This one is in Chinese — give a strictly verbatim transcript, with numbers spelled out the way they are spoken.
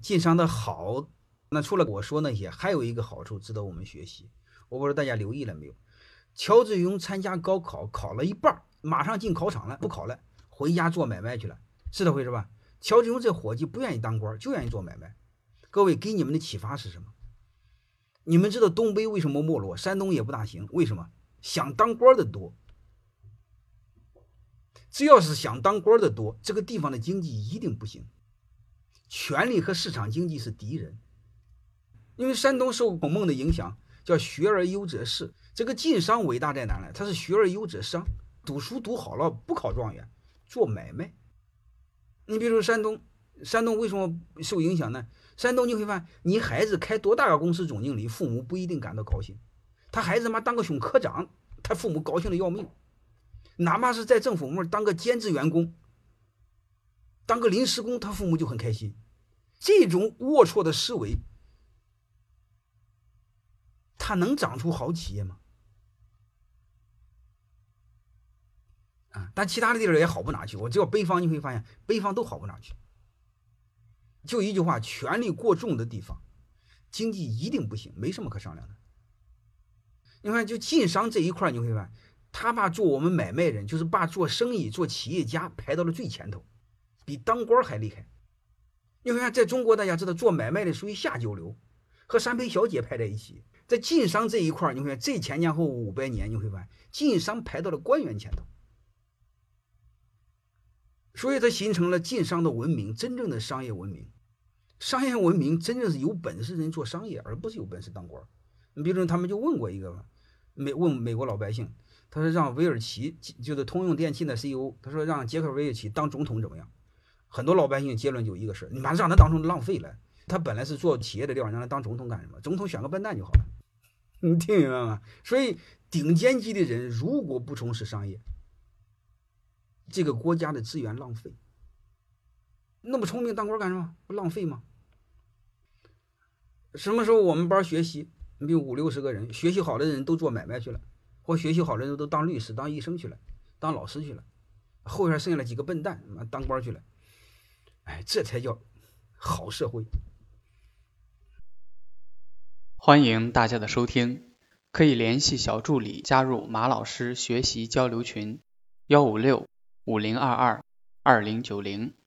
晋商的好，那除了我说那些，还有一个好处值得我们学习。我不知道大家留意了没有？乔致庸参加高考，考了一半，马上进考场了，不考了，回家做买卖去了，是这回事吧？乔致庸这伙计不愿意当官，就愿意做买卖。各位，给你们的启发是什么？你们知道东北为什么没落，山东也不大行？为什么？想当官的多。只要是想当官的多，这个地方的经济一定不行。权力和市场经济是敌人。因为山东受孔孟的影响，叫学而优则仕。这个晋商伟大在哪呢？他是学而优则商，读书读好了不考状元，做买卖。你比如山东，山东为什么受影响呢？山东你会发现，你孩子开多大个公司总经理，父母不一定感到高兴。他孩子妈当个熊科长，他父母高兴的要命。哪怕是在政府部门当个兼职员工，当个临时工，他父母就很开心。这种龌龊的思维，它能长出好企业吗？啊，但其他的地方也好不哪去。我只要北方，你会发现北方都好不哪去。就一句话，权力过重的地方，经济一定不行，没什么可商量的。你看，就晋商这一块，你会发现，他把做我们买卖人，就是把做生意、做企业家排到了最前头，比当官还厉害。你会看，在中国大家知道，做买卖的属于下九流，和三陪小姐排在一起。在晋商这一块，你会看这前前后后五百年，你会发现晋商排到了官员前头，所以它形成了晋商的文明，真正的商业文明。商业文明真正是有本事人做商业，而不是有本事当官。你比如说，他们就问过一个美问美国老百姓，他说让韦尔奇，就是通用电气的 C E O， 他说让杰克韦尔奇当总统怎么样？很多老百姓结论就一个事，你马上让他当成浪费了。他本来是做企业的料，让他当总统干什么？总统选个笨蛋就好了。你听明白吗？所以顶尖级的人如果不从事商业，这个国家的资源浪费。那么聪明当官干什么？不浪费吗？什么时候我们班学习，你比如五六十个人，学习好的人都做买卖去了，或学习好的人都当律师、当医生去了，当老师去了，后边剩下了几个笨蛋当官去了。哎，这才叫好社会。 欢迎大家的收听，可以联系小助理加入马老师学习交流群：幺五六五零二二二零九零。